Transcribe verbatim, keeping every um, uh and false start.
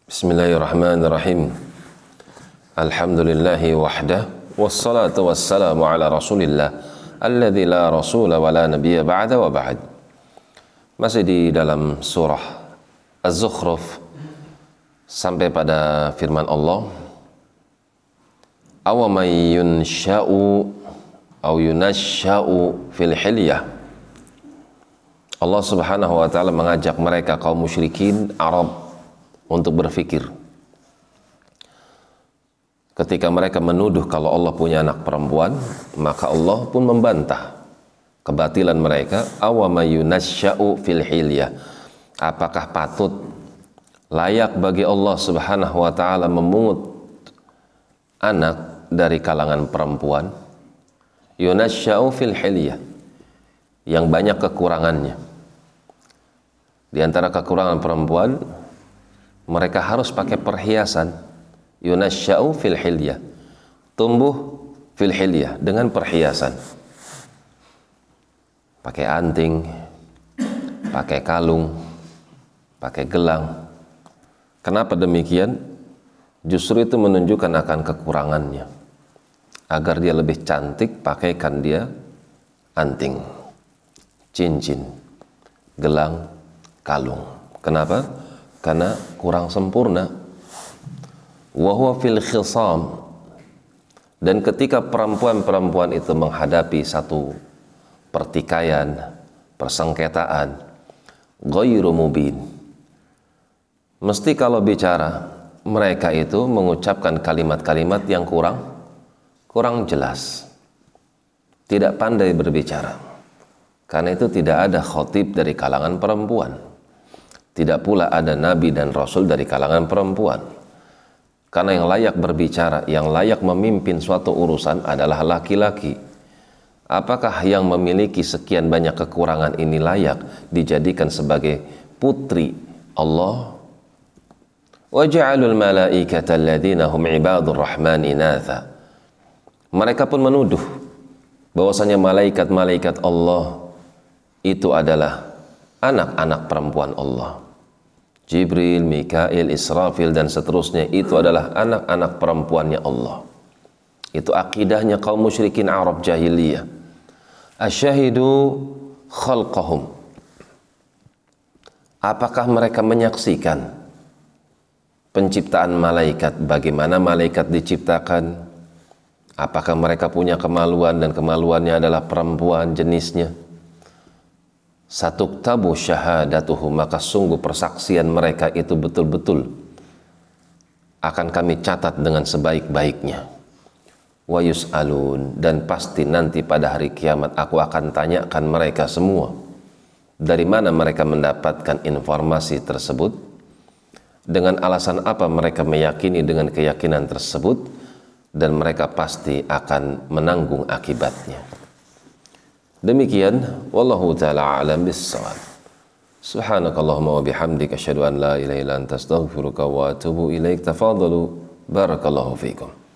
Bismillahirrahmanirrahim. Alhamdulillahi wahdah, wassalatu wassalamu ala rasulillah alladzi la rasula wa la nabiyya ba'da wa ba'd. Masih di dalam surah Az-Zukhruf sampai pada firman Allah, aw may yunsha'u aw yunasha'u fil hilyah. Allah Subhanahu wa taala mengajak mereka kaum musyrikin Arab untuk berpikir ketika mereka menuduh kalau Allah punya anak perempuan, maka Allah pun membantah kebatilan mereka. Awamayunasya'u fil hilyah, apakah patut layak bagi Allah Subhanahu wa taala memungut anak dari kalangan perempuan? Yunasya'u fil hilyah, yang banyak kekurangannya. Di antara kekurangan perempuan, mereka harus pakai perhiasan. Yunasya'u fil hilyah, tumbuh fil hilyah, dengan perhiasan, pakai anting, pakai kalung, pakai gelang. Kenapa demikian? Justru itu menunjukkan akan kekurangannya. Agar dia lebih cantik, pakaikan dia anting, cincin, gelang, kalung. Kenapa? Karena kurang sempurna. Wa huwa fil khisam, dan ketika perempuan-perempuan itu menghadapi satu pertikaian, persengketaan, ghairu mubin, mesti kalau bicara mereka itu mengucapkan kalimat-kalimat yang kurang kurang jelas, tidak pandai berbicara. Karena itu tidak ada khotib dari kalangan perempuan. Tidak pula ada nabi dan rasul dari kalangan perempuan. Karena yang layak berbicara, yang layak memimpin suatu urusan adalah laki-laki. Apakah yang memiliki sekian banyak kekurangan ini layak dijadikan sebagai putri Allah? Wa ja'alul malaikata alladzina hum ibadur rahman inatha. Mereka pun menuduh bahwasanya malaikat-malaikat Allah itu adalah anak-anak perempuan Allah. Jibril, Mikail, Israfil dan seterusnya itu adalah anak-anak perempuannya Allah. Itu akidahnya kaum musyrikin Arab jahiliyah. Asyahidu khalqahum, apakah mereka menyaksikan penciptaan malaikat, bagaimana malaikat diciptakan? Apakah mereka punya kemaluan dan kemaluannya adalah perempuan jenisnya? Satuktabu syahadatuhum, maka sungguh persaksian mereka itu betul-betul akan kami catat dengan sebaik-baiknya. Wa yus'alun, dan pasti nanti pada hari kiamat aku akan tanyakan mereka semua dari mana mereka mendapatkan informasi tersebut, dengan alasan apa mereka meyakini dengan keyakinan tersebut, dan mereka pasti akan menanggung akibatnya. Demikian, wallahu ta'ala a'lam bis-shawab. Subhanakallahumma wa bihamdika asyhadu an la ilaha illa anta astaghfiruka wa atubu ilaik. Tafadhalu, barakallahu fikum.